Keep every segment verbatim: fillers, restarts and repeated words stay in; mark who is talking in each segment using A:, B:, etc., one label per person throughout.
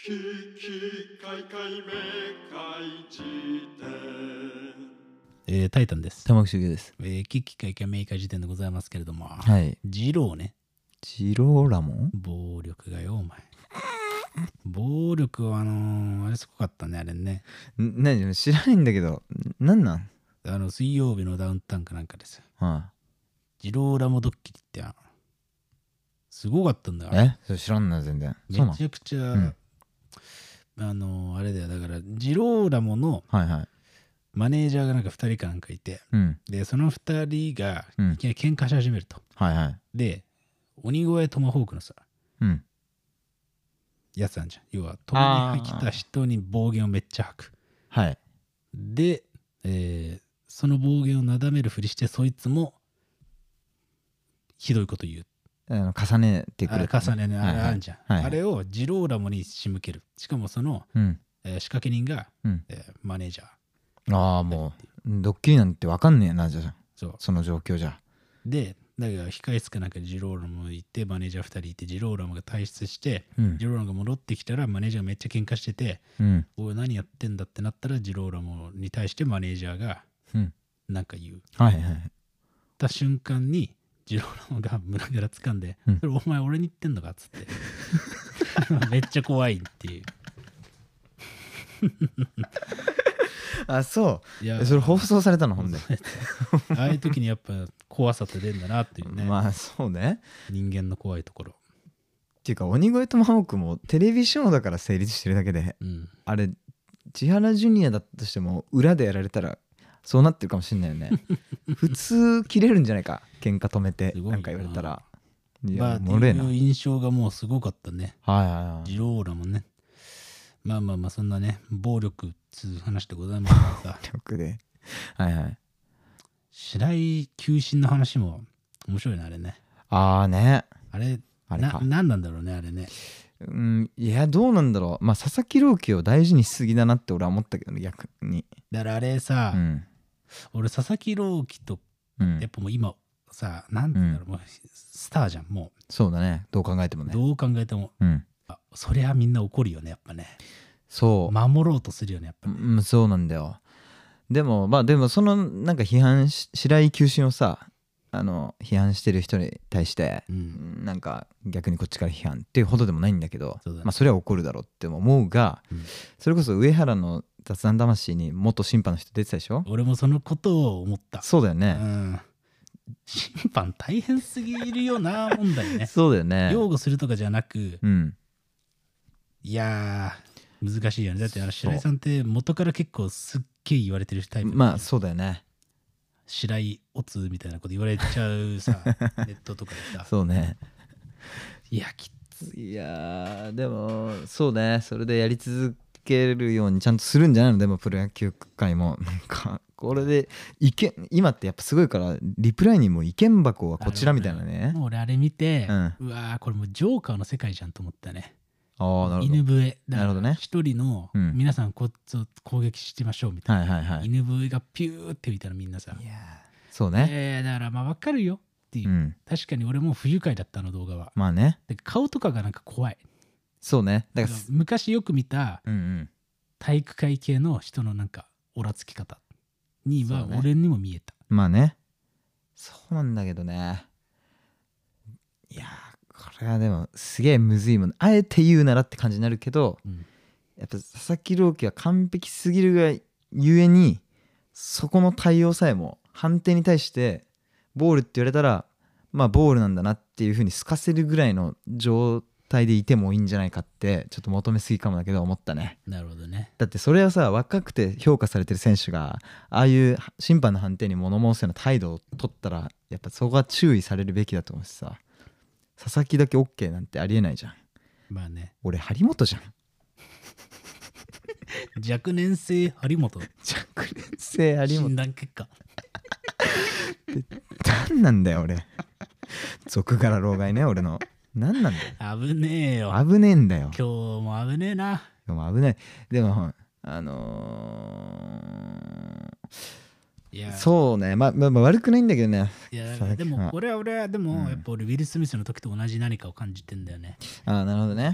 A: ききかいかいめかいじ典。えー、タイタンです。
B: 玉木修介です。
A: えー、危機開会明快時点でございますけれども、
B: はい。
A: ジローね。
B: ジローラモン？
A: 暴力がよ、お前。暴力はあのー、あれすごかったね、あれね。
B: ん何知らないんだけど、なんなん？
A: あの、水曜日のダウンタウンかなんかですよ。
B: は
A: ジローラモドッキリってあのすごかったんだよ。
B: えそれ知らんな、全然。
A: めちゃくちゃ、うん、あのー、あれだよ。だから、ジローラモのマネージャーがなんかふたりかなんかいて、
B: うん、
A: で、そのふたりがいきなり喧嘩し始めると。
B: うん、はいはい。
A: で、鬼越トマホークのさ、うん、やつなんじゃん。要は、止めに来た人に暴言をめっちゃ吐く。
B: はい。
A: で、えー、その暴言をなだめるふりして、そいつもひどいこと言う。
B: あの重ねてくる、
A: ね、重ねね、あれあるじゃん。はいはい、あれをジローラモに仕向ける。しかもその、うんえー、仕掛け人が、うんえー、マネージャー。
B: ああ、もう、ドッキリなんて分かんねえな、じゃあ。そう。その状況じゃ。
A: で、だから控え室かなんかでジローラモいて、マネージャーふたりいて、ジローラモが退出して、うん、ジローラモが戻ってきたら、マネージャーがめっちゃ喧嘩してて、うん、おい、何やってんだってなったら、ジローラモに対してマネージャーが、なんか言う。
B: はいはい。
A: た瞬間に、ジローラモが胸ぐら掴んで、うん、それお前俺に言ってんのかっつってめっちゃ怖いっていう
B: あ、そう。いやそれ放送されたのほんで
A: ああいう時にやっぱ怖さって出るんだなっていうね。
B: まあそうね、
A: 人間の怖いところ
B: っていうか、鬼越トマホークもテレビショーだから成立してるだけで、うん、あれ千原ジュニアだったとしても裏でやられたらそうなってるかもしんないよね普通切れるんじゃないか、喧嘩止めてなんか言われたら。
A: いや、まあ、っていう印象がもうすごかったね。
B: はいはいはい。
A: ジローラもね。まあまあまあ、そんなね、暴力っつう話でございますからさ。
B: 暴力で。はいはい。
A: 白井球審の話も面白いね、あれね。
B: ああね。
A: あれ、あれな、なんなんだろうね、あれね。
B: うん、いや、どうなんだろう。まあ、佐々木朗希を大事にしすぎだなって俺は思ったけどね、逆に。
A: だからあれさ、うん、俺、佐々木朗希と、やっぱもう今、さ、なんて言うんだろう、うん、もうスターじゃん、もう。
B: そうだね、どう考えてもね。
A: どう考えても。うん、あ、そりゃみんな怒るよね、やっぱね。
B: そう。
A: 守ろうとするよね、やっぱね。
B: うん、そうなんだよ。でも、まあ、でも、その、なんか批判し、白井球審をさ、あの批判してる人に対して、うん、なんか逆にこっちから批判っていうほどでもないんだけど、 そ,、ね、まあ、それは怒るだろうって思うが、うん、それこそ上原の雑談魂に元審判の人出てたでしょ。
A: 俺もそのことを思った。
B: そうだよね、うん、
A: 審判大変すぎるよな問題ね
B: そうだよね、
A: 擁護するとかじゃなく、うん、いやー難しいよね。だってあの白井さんって元から結構すっげえ言われてるタイプ、ね、
B: まあそうだよね。
A: 白井オツみたいなこと言われちゃうさネットとかでさ。
B: そうね。
A: いやきつ
B: いやでもそうね、それでやり続けるようにちゃんとするんじゃないの。でもプロ野球界もなんかこれで意見今ってやっぱすごいからリプライにも意見箱はこちらみたいなね。
A: もう俺あれ見て、うん、うわーこれもうジョーカーの世界じゃんと思ったね。
B: ああ、なるほど。
A: 犬笛だから
B: ね、
A: 一人の皆さんこっちを攻撃してましょうみたいな、うんはいはいはい、犬笛がピューって吹いたらみんなさ、いや
B: そうね、
A: えー、だからまあ分かるよっていう、うん、確かに俺も不愉快だったの動画は。
B: まあね、
A: で顔とかがなんか怖い。
B: そうね、だから
A: 昔よく見た体育会系の人のなんかオラつき方には俺にも見えた、ね、
B: まあね、そうなんだけどね。いやこれはでもすげえむずいもん。あえて言うならって感じになるけど、うん、やっぱ佐々木朗希は完璧すぎるがゆえにそこの対応さえも判定に対してボールって言われたらまあボールなんだなっていう風にすかせるぐらいの状態でいてもいいんじゃないかってちょっと求めすぎかもだけど思ったね。
A: なるほどね。
B: だってそれはさ、若くて評価されてる選手がああいう審判の判定に物申すような態度を取ったらやっぱそこは注意されるべきだと思うしさ、佐々木だけ OK なんてありえないじゃん。
A: まあね、
B: 俺張本じゃん
A: 若年性張本
B: 若年性張本
A: 診断結果
B: 何なんだよ俺俗柄老害ね俺の。何なんだ
A: よ。危ねえよ。
B: 危ねえんだよ。
A: 今日も危ねえな。
B: 今日も危ない。でもあのー、いやそうね、まあ、まあ、悪くないんだけどね。
A: いやでも俺は俺はでも、うん、やっぱ俺ウィル・スミスの時と同じ何かを感じてんだよね。
B: ああなるほどね。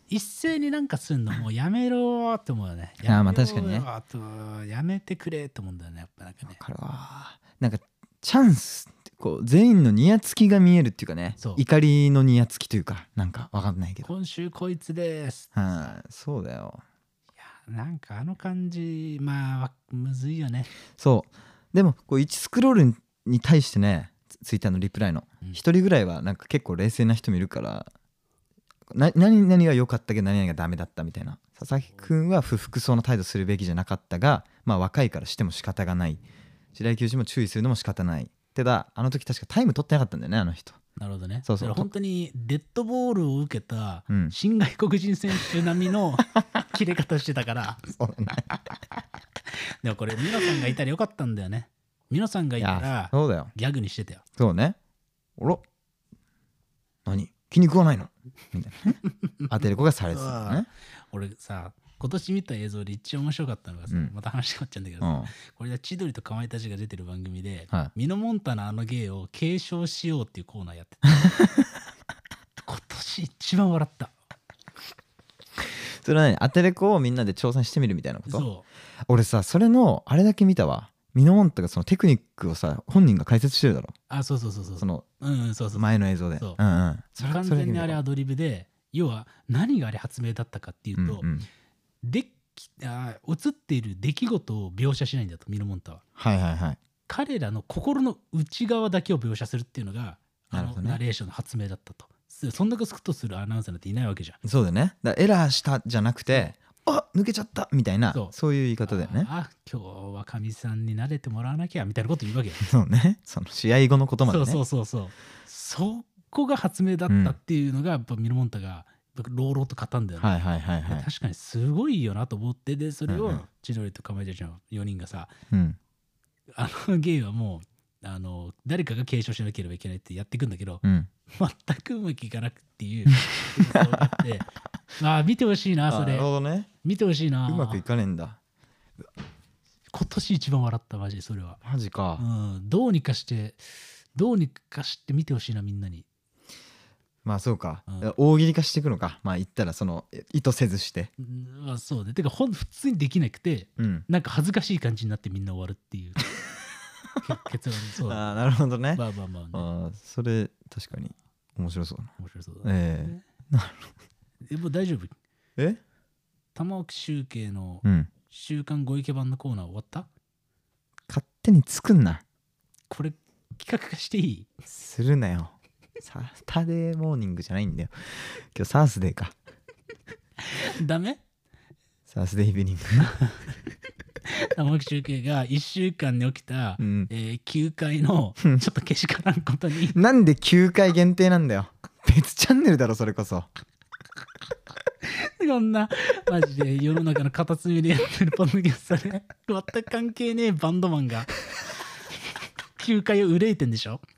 A: 一斉になんかすんのもうやめろって思うよね。
B: あーまあ確かにね
A: やめろよあとやめてくれって思うんだよね、やっぱなんかね。
B: わかるわ。なんかチャンスってこう全員のニヤつきが見えるっていうかね、
A: そう
B: 怒りのニヤつきというか、なんかわかんないけど、
A: 今週こいつです。
B: はい、そうだよ。
A: いやなんかあの感じまあむずいよね。
B: そうでもこういちスクロールに対してね、ツイッターのリプライの
A: うん
B: 一人ぐらいはなんか結構冷静な人もいるから、な何々が良かったけど何々がダメだったみたいな。佐々木くんは不服そうな態度するべきじゃなかったが、まあ若いからしても仕方がない。白井球児も注意するのも仕方ない。ただあの時確かタイム取ってなかったんだよね、あの人。
A: なるほどね。
B: そうそう
A: だから本当にデッドボールを受けた
B: うん
A: 新外国人選手並みの切れ方してたから。
B: そうね。
A: でもこれミノさんがいたらよかったんだよね。ミノさんがい
B: いや
A: たら
B: そうだよ。
A: ギャグにしてたよ。
B: そうね。おろ何気に食わないのみたいなね。当てる子がされてたんだね。
A: 俺さ今年見た映像で一番面白かったのがさ、
B: うん
A: また話変わっちゃうんだけどさ、
B: うん。
A: これは千鳥とかまいたちが出てる番組で、
B: はい。
A: ミノモンタのあの芸を継承しようっていうコーナーやってた。今年一番笑った。
B: それは何、当てれ子をみんなで挑戦してみるみたいなこと？
A: そ
B: 俺さ、それのあれだけ見たわ。ミノモンタがそのテクニックをさ、本人が解説してるだろ。
A: う。あ、そうそうそうそう。
B: その
A: うんうん、そうそう。
B: 前の映像で。
A: そう
B: うんうん。それ
A: 完
B: それだけ見たわ
A: 全にあれアドリブで、要は何があれ発明だったかっていうと、
B: うんうん。
A: であ映っている出来事を描写しないんだと、ミノモンタは。
B: はいはいはい。
A: 彼らの心の内側だけを描写するっていうのが、あの
B: なるほどね
A: ナレーションの発明だったと。そんなことするアナウンサーなんていないわけじゃん。
B: そうだよね。だからエラーしたじゃなくて、あ抜けちゃったみたいな、
A: そう
B: そういう言い方だよね。
A: ああ今日はかみさんに慣れてもらわなきゃみたいなこと言うわけよ。
B: そうね。その試合後のことまでね。
A: そうそうそうそう。そこが発明だったっていうのが、やっぱミノモンタが朗々と語ったんだよね。
B: はいはいはいはい。
A: 確かにすごいよなと思って、でそれを
B: うんうん
A: 千鳥とかまいたちのよにんがさ、
B: うん。
A: あの芸はもうあの誰かが継承しなければいけないってやっていくんだけど、
B: うん。
A: 全くうまくいかなくっていうそうがあってああ見てほしいなそ
B: あな
A: れ
B: るほどね。
A: 見てほしいな。
B: うまくいかねえんだ。
A: 今年一番笑ったマジでそれは。
B: マジか。
A: うん、どうにかしてどうにかして見てほしいなみんなに。
B: まあそうか、
A: うん
B: 大喜利化していくのか。まあ言ったらその意図せずして。
A: うんまあ、そうね。てかほん普通にできなくて
B: うん。
A: なんか恥ずかしい感じになってみんな終わるっていうけ結論そうだ。
B: ああなるほどね。
A: まあまあまあ、ね、
B: あーそれ確かに面白そうだな。
A: 面白そうだ、ね。
B: え
A: えもう大丈夫
B: ええ
A: 玉置集計の
B: うん。
A: 週刊ご意見版のコーナー終わった？
B: 勝手に作んな。
A: これ企画化していい？
B: するなよ。サタデーモーニングじゃないんだよ。今日サースデーか。
A: ダメ？
B: サースデーイブニング。
A: 玉置集計がいっしゅうかんに起きた、
B: うん
A: えー、きゅうかいのちょっとけしからんことに
B: なんできゅうかい限定なんだよ。別チャンネルだろそれこそ。
A: こんなマジで世の中の片隅でやってるポッドキャストで全く関係ねえバンドマンがきゅうかいを憂いてんでしょ。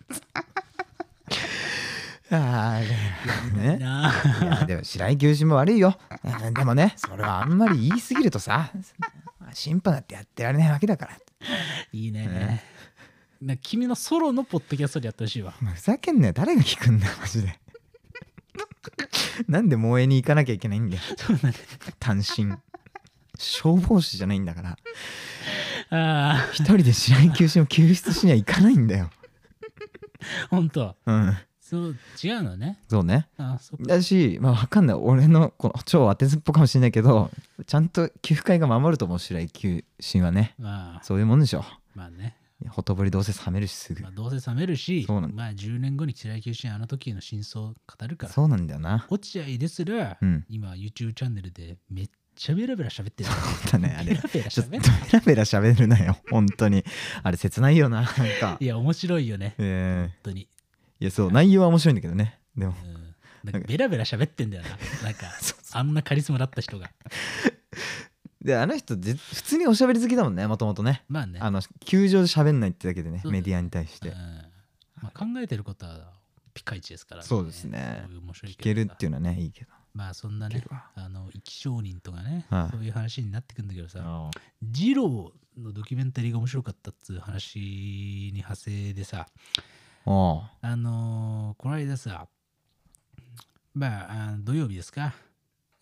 B: ああね。
A: なあ
B: いやでも白井球児も悪いよ。うんでもねそれはあんまり言い過ぎるとさ、審判だってやってられないわけだから。
A: いいね、
B: ね
A: な君のソロのポッドキャストでやってほしいわ。
B: ふざけんなよ。誰が聞くんだよマジで。なんで萌えに行かなきゃいけないんだよ。
A: そうだね。
B: 単身消防士じゃないんだから。
A: ああ
B: 一人で白井球児を救出しには行かないんだよ。
A: 本当
B: うん
A: そう違うのね。
B: そうね。
A: あそっか。
B: だしまあ分かんない。俺のこの超当てずっぽかもしれないけど、ちゃんときゅうかいが守ると思う。白井球児はね
A: まあ
B: そういうもんでしょ。
A: まあね、
B: ほとぼりどうせ冷めるしすぐ
A: まあ、。どうせ冷めるし
B: そうなんだ
A: まあじゅうねんごに白井球審あの時の真相を語るから
B: そうなんだよな。
A: 落合ですら、
B: うん
A: 今 YouTube チャンネルでめっちゃベラベラ喋ってる。
B: だねあれ
A: ベラベラ
B: ちょっとベ
A: 喋る。
B: ラベラ喋るなよ本当に。あれ切ないよななんか
A: いや面白いよね
B: え
A: 本当に。
B: ー、いやそう内容は面白いんだけどね。でも
A: うんなんかベラベラ喋ってんだよな。なんかあんなカリスマだった人が。
B: であの人じ普通におしゃべり好きだもんねもともとね。
A: まあね。
B: あの球場で喋んないってだけでね
A: そうだね
B: メディアに対して
A: うんまあ、考えてることはピカイチですからね。
B: そうですね
A: そういう面白い
B: 聞けるって
A: い
B: いうのはねいいけど。
A: まあそんなね
B: 聞けるわ
A: あの生き証人とかね、
B: はい
A: そういう話になってくんだけどさ、
B: あ
A: ジローのドキュメンタリーが面白かったっつう話に派生でさ、
B: あ
A: あのーこの間さ、まあ、あの土曜日ですか、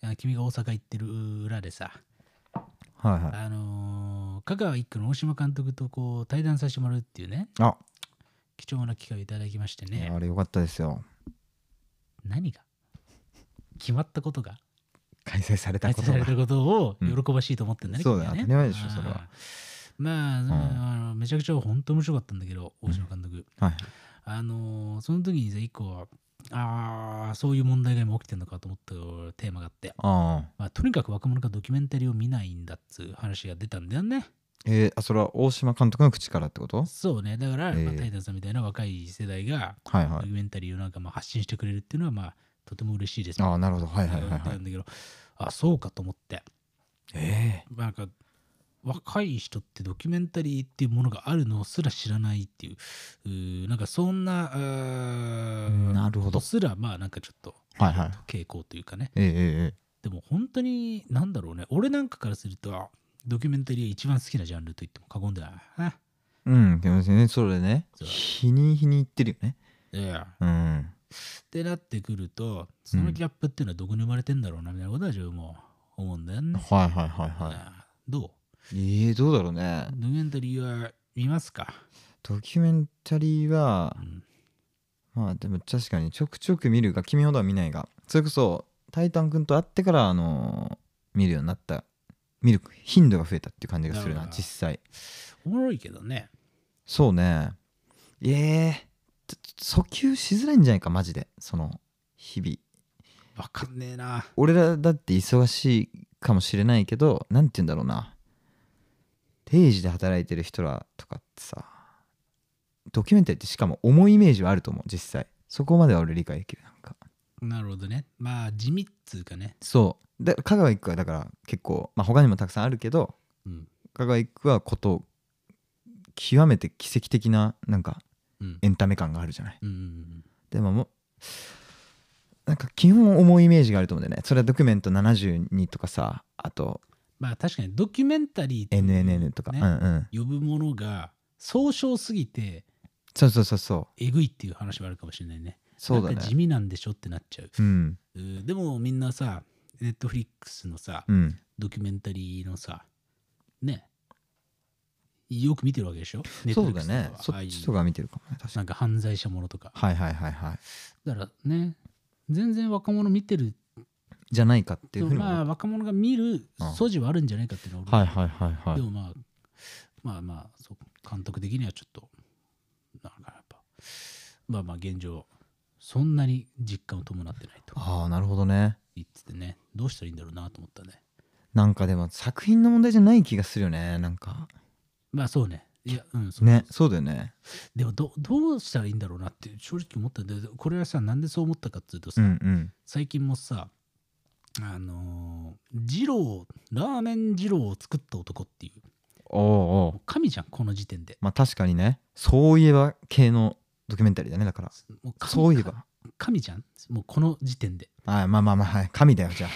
A: 君が大阪行ってる裏でさ、
B: はいはい。
A: あのー香川一区の大島監督とこう対談させてもらうっていうね、
B: あ、
A: 貴重な機会をいただきましてね。
B: あれよかったですよ。
A: 何が決まったことが
B: 開催された
A: 開催
B: ことが。
A: されたことを
B: うん
A: 喜ばしいと思ってんだね。
B: そうだよ、
A: 君は
B: 当たり前でしょ、それは。
A: あーまあ、
B: ん
A: あのめちゃくちゃ本当面白かったんだけど、大島監督。
B: はい。
A: あのーその時にさ、一個、ああ、そういう問題が今起きてるのかと思ったテーマがあって、
B: ああ。
A: まあ、とにかく若者がドキュメンタリーを見ないんだっつう話が出たんだよね。
B: えー、あ、それは大島監督の口からってこと？
A: そうね。だから、
B: えー
A: まあ、タイタンさんみたいな若い世代が
B: はいはい。
A: ドキュメンタリーをなんかまあ発信してくれるっていうのは、まあ、とても嬉しいです。
B: ああ、なるほど。はいはいはいはい。
A: なんだけど、あ、そうかと思って。
B: ええ
A: なんか、若い人ってドキュメンタリーっていうものがあるのすら知らないっていう、うーなんかそんな、あー
B: なるほど
A: ことすら、まあなんかちょっと
B: はいはい。
A: 傾向というかね。
B: ええええ
A: でも本当に、なんだろうね。俺なんかからすると、あドキュメンタリーが一番好きなジャンルと言っても過言ではない。
B: うん、でもね、それね、
A: そう
B: 日に日に言ってるよね。
A: いや
B: うん。
A: ってなってくると、そのギャップっていうのはどこに生まれてんだろうなみたいなことは自分も思うんだよね。
B: はいはいはいは
A: あどう
B: い。ええどうだろうね。
A: ドキュメンタリーは見ますか？
B: ドキュメンタリーは
A: う、ん。
B: まあでも確かにちょくちょく見るが、君ほどは見ないが、それこそ、タイタン君と会ってから、あのー見るようになった、見る頻度が増えたっていう感じがするな、
A: あー
B: 実際。
A: おもろいけどね。
B: そうね。ええ訴求しづらいんじゃないか、マジで。その、日々。
A: わかんねえな。
B: 俺らだって忙しいかもしれないけど、なんて言うんだろうな。定時で働いてる人らとかってさ、ドキュメンタリーってしかも重いイメージはあると思う、実際。そこまでは俺理解できる、なんか。
A: なるほどね。まあ、地味っつうかね。
B: そう。で、香川一区はだから結構、まあ他にもたくさんあるけど、
A: うん。
B: 香川一区はこと極めて奇跡的ななんか
A: うん。
B: エンタメ感があるじゃない。
A: うんうん
B: でももうなんか基本重いイメージがあると思うんだよね。それはドキュメントななじゅうにとかさ、あと
A: まあ確かにドキュメンタリーって
B: エヌエヌエヌ とか、
A: ね
B: うんうん。
A: 呼ぶものが総称すぎて
B: そうそうそうそう。
A: えぐいっていう話はあるかもしれないね。
B: そうだ
A: なんか地
B: ね。
A: 味なんでしょってなっちゃう。
B: うん
A: うーでもみんなさ、ネットフリックスのさ、
B: うん。
A: ドキュメンタリーのさ、ね、よく見てるわけでしょ？
B: そうだ
A: Netflix
B: ね
A: と。か
B: そっちとか見てるかもね、確かに。
A: なんか犯罪者ものとか。
B: はいはいはいはい。
A: だからね、全然若者見てる
B: じゃないかっていうふうに思う。
A: まあ若者が見る素地はあるんじゃないかっていうのは
B: はいはいはいはい。
A: でもまあまあまあそう監督的にはちょっとなんかやっぱまあまあ現状そんなに実感を伴ってないと
B: ああ、なるほどね。
A: 言っててね、どうしたらいいんだろうなと思ったね。
B: なんかでも作品の問題じゃない気がするよね、なんか。
A: まあそうね。いやうんそう
B: ね、そうだよね。
A: でもどどうしたらいいんだろうなって正直思ったんだけど、これはさなんでそう思ったかっていうとさ、
B: うんうん。
A: 最近もさあのー二郎ラーメン二郎を作った男っていう
B: おうおう。
A: もう神じゃんこの時点で。
B: まあ確かにね、そういえば系のドキュメンタリーだね、だから。
A: もう神
B: そういえば。
A: 神じゃんもうこの時点で。
B: あまあまあまあ、はい、神だよ、じゃあ。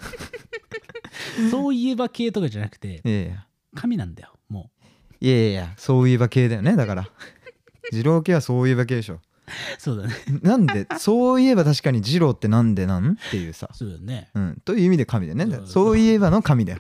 A: そういえば系とかじゃなくて
B: いやいや。
A: 神なんだよも
B: いやいやいや、そういえば系だよね、だから。二郎系はそういえば系でしょ。
A: う。そうだね。
B: なんで、そういえば確かに二郎ってなんでなんっていうさ。
A: そうだね。
B: うん。という意味で神だよね。
A: そう
B: そういえばの神だよ。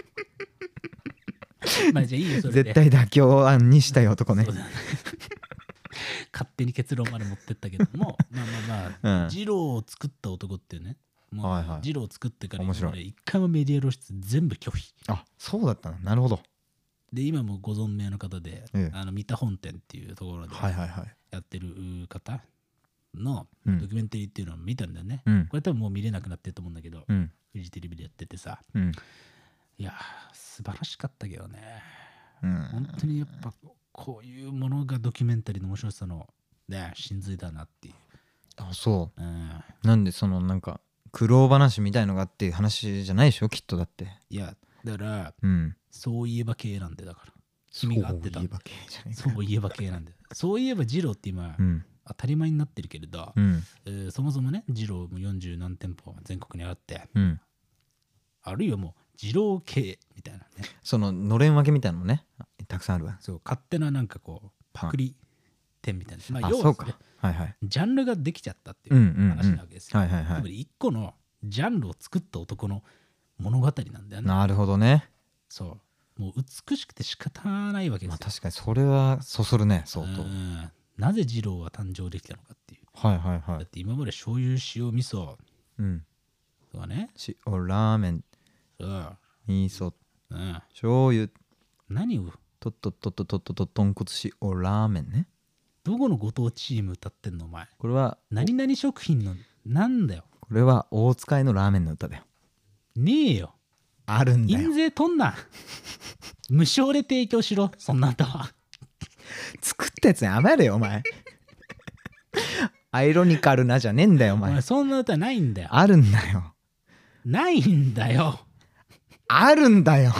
A: まあじゃあいいよそれで。
B: 絶対妥協案にしたい男ね
A: そう。だね勝手に結論まで持ってったけどもまあまあまあ、
B: うん
A: 二郎を作った男っていうねもう、
B: はいはい
A: 二郎を作ってから
B: 面白い
A: 今まで一回もメディア露出全部拒否
B: あ、そうだったの。なるほど。
A: で今もご存命の方で、
B: ええ
A: あの三田本店っていうところで
B: はいはいはい。
A: やってる方の
B: うん
A: ドキュメンタリーっていうのを見たんだよね、
B: うん
A: これ多分もう見れなくなってると思うんだけど、
B: うん
A: フジテレビでやっててさ、
B: うん
A: いやー素晴らしかったけどね、
B: うん
A: 本当にやっぱこういうものがドキュメンタリーの面白さのね真髄だなっていう、
B: あ、そ
A: うん、
B: う。なんでそのなんか苦労話みたいのがあっていう話じゃないでしょ、きっと。だって。
A: いやだから
B: うん。
A: そういえば系なんでだから君が合ってた
B: そういえば系じゃないか。
A: そういえば系なんでそういえば二郎って今、
B: うん
A: 当たり前になってるけれど、
B: うん
A: えーそもそもね二郎もよんじゅう何店舗全国にあって
B: うん。
A: あるいはもう二郎系みたいなね
B: そののれん分けみたいなのもね、たくさんあるわ。
A: そう勝手ななんかこうパクリ店みたいな、まあ、
B: あ、
A: 要は
B: そうか。はいはい。
A: ジャンルができちゃったっていう
B: うんうんうん。
A: 話なわけですよ、
B: はいはいはい。
A: つまり一個のジャンルを作った男の物語なんだよね。
B: なるほどね。
A: そうもう美しくて仕方ないわけですよ。
B: まあ確かにそれはそそるね相当。
A: うんなぜ二郎は誕生できたのかっていう。
B: はいはいはい。
A: だって今まで醤油塩味噌
B: うん。
A: とかね。
B: 塩ラーメン、
A: そう
B: 味噌、
A: うん
B: 醤油、
A: 何を
B: とっとっとっとっとっとっと豚骨塩ラーメンね。
A: どこのご当地チーム歌ってんのお前。
B: これは
A: 何々食品のなんだよ。
B: これは大塚愛のラーメンの歌だよ。
A: ねえよ。
B: あるんだよ。
A: 印税取んな。無償で提供しろそんな歌は。
B: 作ったやつに余れよお前。アイロニカルなじゃねえんだよお前。
A: お前そんな歌ないんだよ。
B: あるんだよ。
A: ないんだよ。
B: あるんだよ。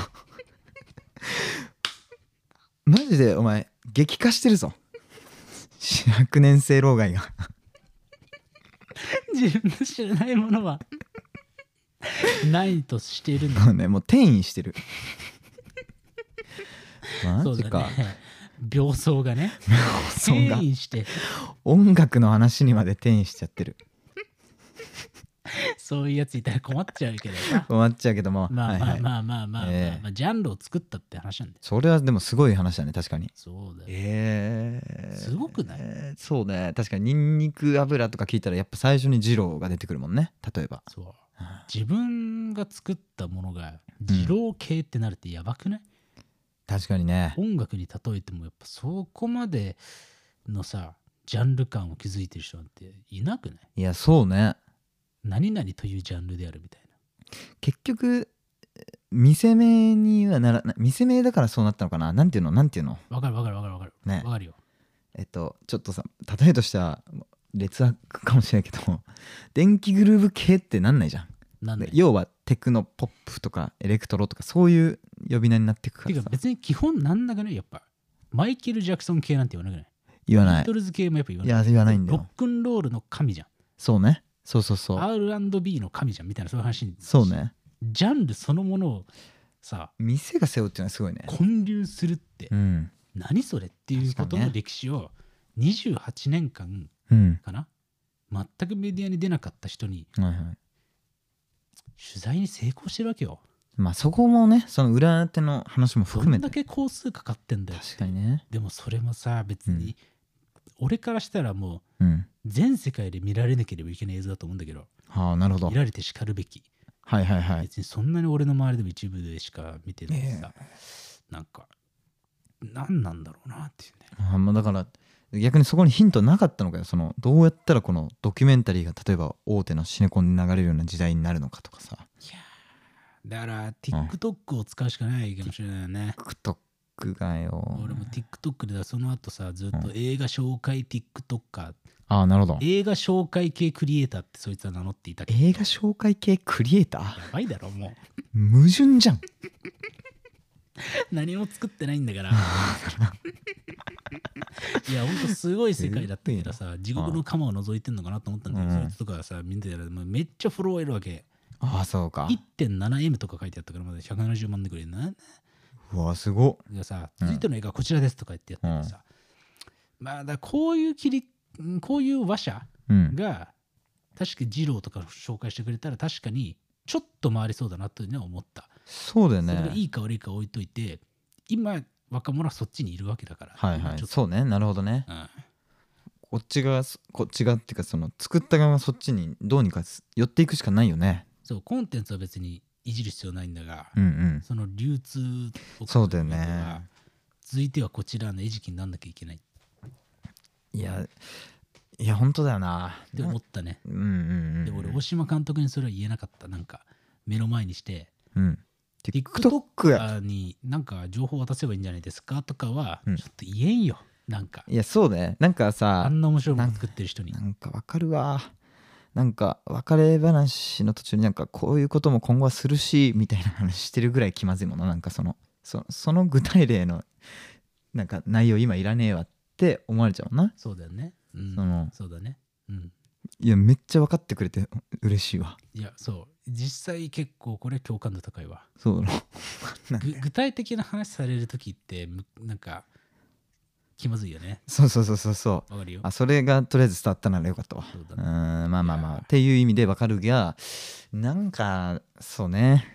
B: マジでお前激化してるぞ。ひゃくねん生老害が。
A: 自分の知らないものはないとしているんだ。
B: もうねもう転移してる。マジか。
A: そうだね。病巣がね
B: そんが
A: 転移して
B: 音楽の話にまで転移しちゃってる。
A: そういうやついたら困っちゃうけどさ。
B: 困っちゃうけども、
A: まあまあ
B: はいはい、
A: まあまあまあまあ、
B: ええ
A: まあジャンルを作ったって話なんだよ。
B: それはでもすごい話だね確かに。
A: そうだよ。
B: ええ
A: すごくない？
B: えーそうね確かにニンニク油とか聞いたらやっぱ最初に二郎が出てくるもんね例えば。
A: そう自分が作ったものが二郎系ってなるってやばくない？
B: 確かにね。
A: 音楽に例えてもやっぱそこまでのさジャンル感を築いてる人なんていなくない？
B: いやそうね。
A: 何々というジャンルであるみたいな。
B: 結局見せ目にはならな見せ目だからそうなったのかな。なんていうのなんていうの
A: わかるわかるわかるわかる。
B: ね
A: わかるよ。
B: えっとちょっとさ例えとしては劣悪かもしれないけども電気グルーヴ系ってなんないじゃん。
A: なんで
B: 要はテクノポップとかエレクトロとかそういう呼び名になってくからさ。
A: てか別に基本なんだかねやっぱマイケル・ジャクソン系なんて言わなくない？
B: 言わない。
A: ビートルズ系もやっぱ言わない。
B: いや言わないんだよ。
A: ロックンロールの神じゃん。
B: そうねそうそうそう
A: アールアンドビー の神じゃんみたいなそういう話に。
B: そうね。
A: ジャンルそのものをさ
B: 店が背負うっていうのはすごいね。
A: 建立するって
B: うん
A: 何それっていうことの歴史をにじゅうはちねんかん
B: うん
A: かな全くメディアに出なかった人に
B: はいはい。
A: 取材に成功してるわけよ。
B: まあそこもねその裏手の話も
A: ど
B: 含めて
A: んだけ工数かかってんだよ。
B: 確かにね。
A: でもそれもさ別に俺からしたらも
B: うん
A: う全世界で見られなければいけない映像だと思うんだけど
B: はあなるほど。
A: 見られてしかるべき。
B: はいはいはい。
A: 別にそんなに俺の周りでも一部でしか見てないしさ、なんか何なんだろうなっていうね。
B: あまあだから逆にそこにヒントなかったのかよ。そのどうやったらこのドキュメンタリーが例えば大手のシネコンに流れるような時代になるのかとかさ。
A: いやだから TikTok を使うしかないかもしれないよね。
B: TikTok がよ。
A: 俺も TikTok でその後さずっと映画紹介 TikToker、
B: ああなるほど。
A: 映画紹介系クリエイターってそいつは名乗っていたけど
B: 映画紹介系クリエイター
A: やばいだろも
B: 矛盾じゃん。
A: う何も作ってないんだからいやほんとすごい世界だったけどさ地獄の釜を覗いてんのかなと思ったんだけど、
B: うん
A: そいつとかはさ見てたらもうめっちゃフォロワーいるわけ。
B: ああそうか。
A: いってんななエム とか書いてあったからまだひゃくななじゅうまんでくれな。
B: うわすごっ。
A: いやさ続いての映画はこちらですとか言ってやっててさ、まあだこういう切りこういう話者
B: うん
A: が確か二郎とか紹介してくれたら確かにちょっと回りそうだなというのは思った。
B: そうだよ
A: それが
B: ね。
A: いいか悪いか置いといて今若者はそっちにいるわけだから。
B: はいはい
A: ちょっと
B: そうねなるほどね。
A: うん
B: こっち側こっち側っていうかその作った側がそっちにどうにか寄っていくしかないよね。
A: そうコンテンツは別にいじる必要ないんだが、
B: うんうん
A: その流通を
B: そうだよね
A: 考えたら続いてはこちらの餌食になんなきゃいけないっ
B: いやいや本当だよな。
A: て思ったね。
B: うんうんうん
A: で俺大島監督にそれは言えなかった。なんか目の前にして
B: うん
A: TikTok
B: や
A: になんか情報渡せばいいんじゃないですかとかは
B: うん
A: ちょっと言えんよ。なんか
B: いやそうねなんか
A: あ
B: さ
A: んな面白いもの作ってる人に
B: なんかわかるわ。なんか別れ話の途中になんかこういうことも今後はするしみたいな話してるぐらい気まずいもの。なんかそのそその具体例のなんか内容今いらねえわって思われちゃうもんな。
A: そうだよね。うん
B: その
A: そうだね。うん
B: いやめっちゃ分かってくれて嬉しいわ。
A: いやそう実際結構これ共感度高いわ。
B: そうだろ
A: ぐ具体的な話される時ってむなんか気まずいよね。
B: そうそうそうそうそう
A: わかるよ。
B: あそれがとりあえず伝わったならよかったわ。
A: そうだ
B: うー
A: ね。
B: んまあまあま
A: いや
B: あっていう意味で分かるがなんかそうね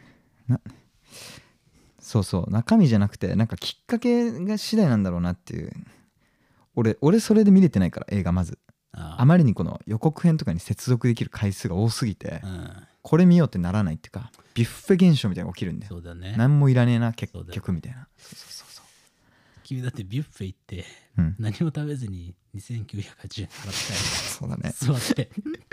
B: なそうそう中身じゃなくてなんかきっかけが次第なんだろうなっていう。俺俺それで見れてないから映画まず あ, あまりにこの予告編とかに接続できる回数が多すぎて、うん、これ見ようってならないっていうかビュッフェ現象みたいなのが起きるんだよ。
A: そうだね。
B: 何もいらねえな結局みたいな。そうそうそうそう。
A: 君だってビュッフェ行って、うん、何も食べずににせんきゅうひゃくはちじゅうえん払ったよ。
B: そうだね。
A: 座って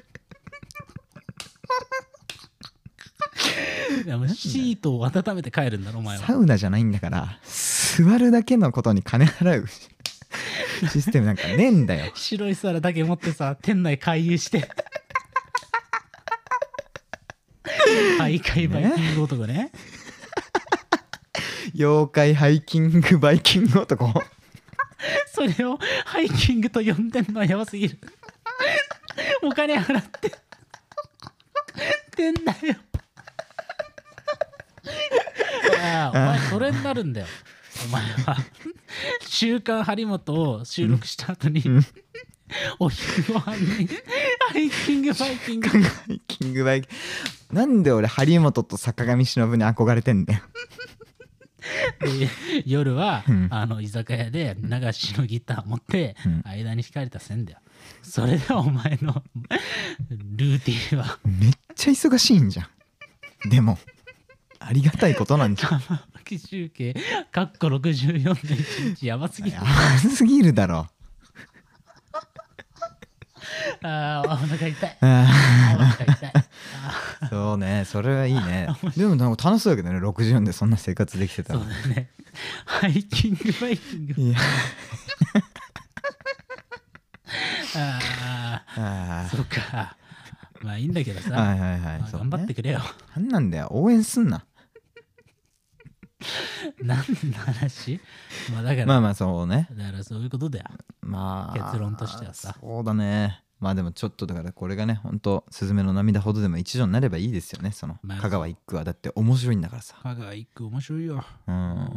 A: いやもうシートを温めて帰るんだろお前は。
B: サウナじゃないんだから座るだけのことに金払うシステムなんかねえんだよ。
A: 白い皿だけ持ってさ店内回遊してハイカイバイキング男ね。
B: 妖怪ハイキングバイキング男
A: それをハイキングと呼んでんのはやばすぎる。お金払って店内よ。ああお前それになるんだよお前は。週刊張本を収録した後に、うん、お昼ご飯にハイキングバイキングハ
B: イキングバイキングなんで俺張本と坂上忍に憧れてんだよ。
A: で夜は、うん、あの居酒屋で流しのギター持って、うん、間に控えたせんだよ。それではお前のルーティンは
B: めっちゃ忙しいんじゃん。でもありがたいことなんじゃん。
A: 玉巻集計かっころくじゅうよんのいちにちやばすぎる。
B: やばすぎるだろ。
A: あーお腹痛い。あお腹痛い。
B: そうねそれはいいね。でもなんか楽しそうだけどねろくじゅうよんでそんな生活できてたら。
A: そうだね。ハイキングバイキング。いやああそうか。まあいいんだけどさ。
B: はいはいはい、
A: まあ、頑張ってくれよ。
B: なんなんだよ応援すんな。
A: 何の話？まあだから
B: まあまあそうね。
A: だからそういうことだよ。まあ結論としてはさ。
B: そうだね。まあでもちょっとだからこれがね本当スズメの涙ほどでも一助になればいいですよね。その、まあ、香川一区はだって面白いんだからさ。
A: 香川一区面白いよ。うん。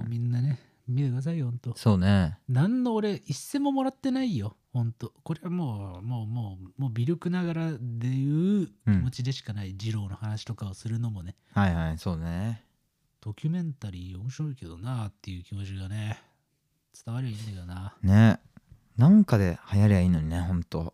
A: みんなね見てくださいよ本当。
B: そうね。
A: 何の俺一銭ももらってないよ本当。これはもうもうもうもう微力ながらでいう気持ちでしかない、うん、二郎の話とかをするのもね。
B: はいはいそうね。
A: ドキュメンタリー面白いけどなっていう気持ちがね伝わりゃいいんだけどな。
B: ねなんかで流行りゃいいのにねほんと。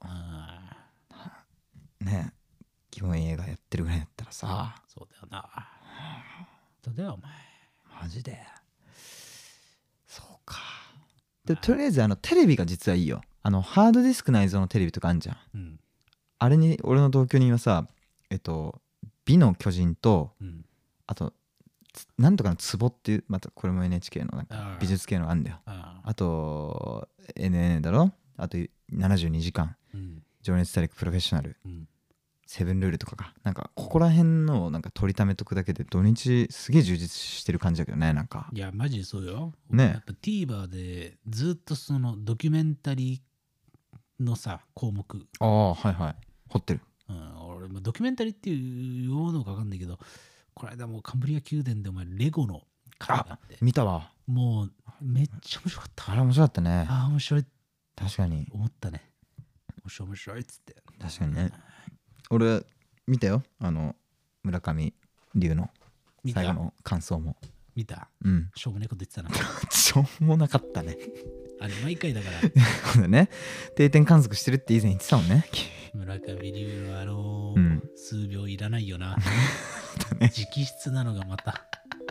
B: ね基本映画やってるぐらいだったらさ。
A: そうだよな。そうだよお前
B: マジで。そうか。でとりあえずあのテレビが実はいいよ。あのハードディスク内蔵のテレビとかあんじゃん、うん、あれに俺の同居人はさえっと美の巨人と、うん、あとなんとかの壺っていうまたこれも エヌエイチケー のなんか美術系のあんだよ。 あ, あと エヌエヌエー だろ。あとななじゅうにじかん、うん、情熱大陸プロフェッショナル、うん、セブンルールとかかなんかここら辺のなんか取りためとくだけで土日すげえ充実してる感じだけどねなんか。
A: いやマジでそうよ
B: ね。
A: やっぱ TVer でずっとそのドキュメンタリーのさ項目
B: ああはいはい掘ってる、
A: うん、俺もドキュメンタリーっていうのか分かんないけどこの間もうカンブリア宮殿でお前レゴの回があって
B: 見たわ。
A: もうめっちゃ面白かった。
B: あれ面白かったね。
A: ああ面白い
B: 確かに
A: 思ったね。面白い面白いっつって
B: 確かにね。俺見たよあの村上龍の最後の感想も
A: 見た。
B: うん
A: しょうもないこと言ってたな。
B: しょうもなかったね。
A: あれ毎回だから
B: そうだね定点観測してるって以前言ってたもんね。
A: 村上龍のあのーうん、数秒いらないよな。直筆なのがまた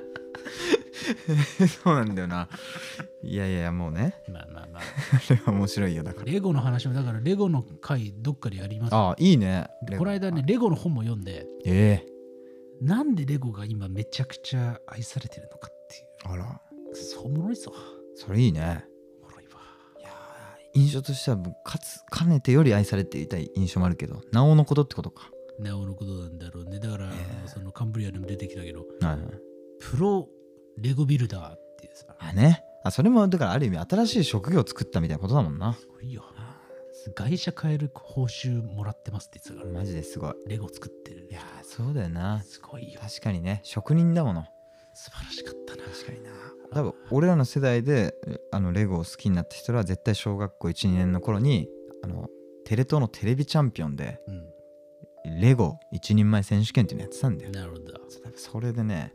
B: そうなんだよな。いやいやもうね
A: まあまあまあ
B: あれは面白いよだから。
A: レゴの話もだからレゴの回どっかでやります。
B: ああいいね。
A: この間ねレゴの本も読んで
B: ええ
A: ー、なんでレゴが今めちゃくちゃ愛されてるのかっていう。
B: あら
A: そうおもろいぞ。
B: それいいね。
A: おもろいわ。
B: いや印象としてはかつかねてより愛されていたい印象もあるけどなおのことってことか。
A: なおのことなんだろうね。だから、えー、そのカンブリアでも出てきたけど、
B: はいはい、
A: プロレゴビルダーっていうさ
B: あねあそれもだからある意味新しい職業を作ったみたいなことだもんな。
A: すごいよ。外車買える報酬もらってますって言ってたから。
B: マジですごい。
A: レゴ作ってる。
B: いやそうだよな。
A: すごいよ。
B: 確かにね職人だもの。
A: 素晴らしかったな。
B: 確かにな。多分俺らの世代であのレゴを好きになった人は絶対小学校いち、にねんの頃にあのテレ東のテレビチャンピオンで、うん、レゴ一人前選手権っていうのやってたんだよ。
A: なるほど。
B: それでね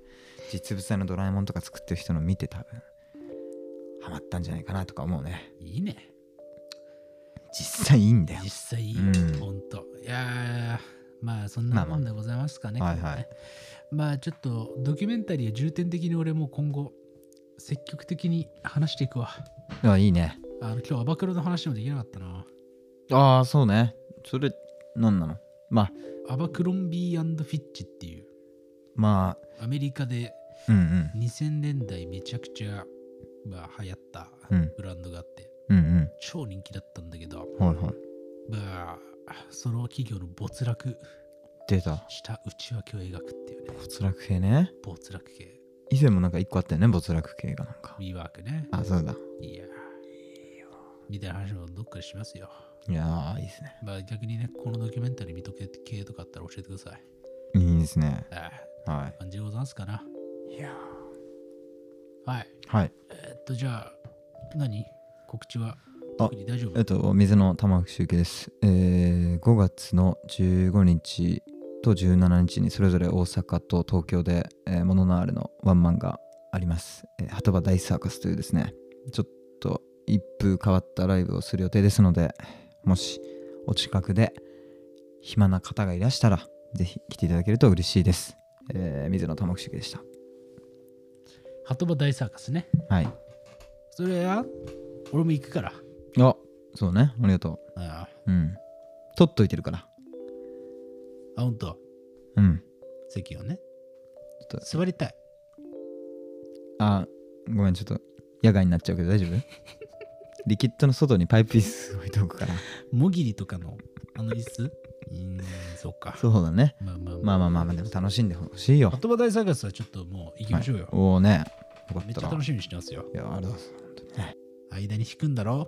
B: 実物大のドラえもんとか作ってる人の見て多分ハマったんじゃないかなとか思うね。
A: いいね。
B: 実際いいんだよ。
A: 実際いい、
B: うん
A: ほんと。いやー、まあそんなもんでございますかね。
B: まあまあはいはい。
A: まあちょっとドキュメンタリーは重点的に俺も今後積極的に話していくわ。
B: あ、いいね。
A: あの今日アバクロの話もできなかったな。
B: ああ、そうね。それ何なの？まあ
A: アバクロンビー&フィッチっていう
B: まあ
A: アメリカで
B: うんうん
A: にせんねんだいめちゃくちゃ、まあ、流行った
B: うん
A: ブランドがあって、
B: うんうん
A: 超人気だったんだけど、
B: はいはい。
A: まあ、その企業の没落
B: 出た。
A: した内訳を描くっていうね。
B: 没落系ね。
A: 没落系。
B: 以前もなんか一個あったよね、没落系がなんか。
A: WeWork ね。
B: あ、そうだ。
A: いやー、みたいな話もどっかでしますよ。
B: いやー、いいですね。
A: まあ逆にね、このドキュメンタリー見とけ系とかあったら教えてください。
B: いいですね。
A: ああ、
B: は
A: 感じでございますかな。
B: い。いや
A: はい。
B: ーはい。
A: えーっと、じゃあ、何告知は
B: あ
A: 特に大丈夫？
B: えっと、水の玉木集計です。えー、ごがつのじゅうごにちとじゅうしちにちにそれぞれ大阪と東京で、えー、モノナールのワンマンがあります。えー、鳩場大サーカスというですね、ちょっと一風変わったライブをする予定ですので、もしお近くで暇な方がいらしたら、ぜひ来ていただけると嬉しいです。えー、水野玉木集計でした。
A: 鳩場大サーカスね。
B: はい。
A: それは俺も行くから。
B: あ、そうね。ありがと
A: あ
B: う。うん。取っといてるから。
A: あ、ほんと。
B: うん。
A: 席をね。
B: ちょっと
A: 座りたい。
B: あ、ごめん、ちょっと野外になっちゃうけど大丈夫？リキッドの外にパイプ椅子置いておくから。
A: もぎりとかのあの椅子うーん、そっか。
B: そうだね。
A: まあまあ
B: まあまあまあまあ、でも楽しんでほしいよ。
A: 鳩場大サーカスはちょっともう行きましょうよ。
B: はい、おおね。よかったら。
A: めっちゃ楽しみにしてますよ。
B: いや、あれだ、本当にね。
A: 間に引くんだろ？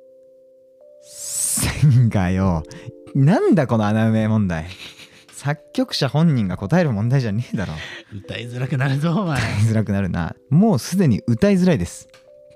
B: せんがよ。なんだこの穴埋め問題。作曲者本人が答える問題じゃねえだろ。
A: 歌いづらくなるぞ、お前。
B: 歌いづらくなるな。もうすでに歌いづらいです。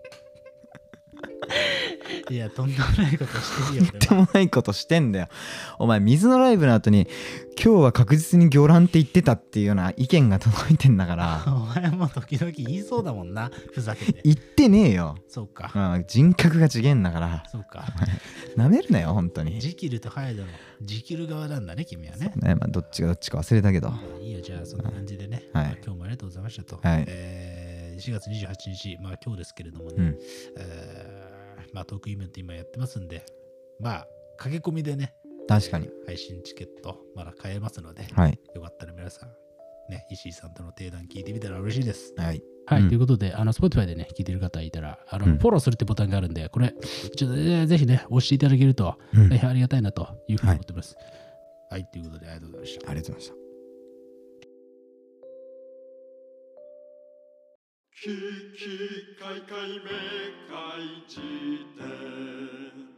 A: いや、とんでもないことしてるよ。
B: とんでもないことしてんだよ。お前、水のライブの後に、今日は確実に魚卵って言ってたっていうような意見が届いてんだから。
A: お前も時々言いそうだもんな、ふざけて。
B: 言ってねえよ。
A: そうか。
B: うん、人格が違えんだから。
A: そうか。
B: なめるなよ、本当に。
A: ジキルとハヤドのジキル側なんだね、君はね。
B: ね、まあ、どっちがどっちか忘れたけど。
A: いいよ、じゃあ、そんな感じでね。
B: はい
A: まあ今日もありがとうございましたと。
B: はい
A: えーしがつにじゅうはちにち、まあ今日ですけれどもね、
B: うん
A: えーまあトークイベント今やってますんで、まあ駆け込みでね、
B: 確かに。
A: 配信チケットまだ買えますので、
B: はい。
A: よかったら皆さん、ね、石井さんとの定談聞いてみたら嬉しいです。
B: はい。
A: はい、
B: うん
A: ということで、あの、Spotify でね、聞いてる方いたら、あの、
B: うん
A: フォローするってボタンがあるんで、これ、ちょっと、えーぜひね、押していただけると、
B: うん
A: 大変ありがたいなというふうに思ってます。はい、ということで、ありがとうございました。
B: ありがとうございました。
C: ききかいかいめかいじ典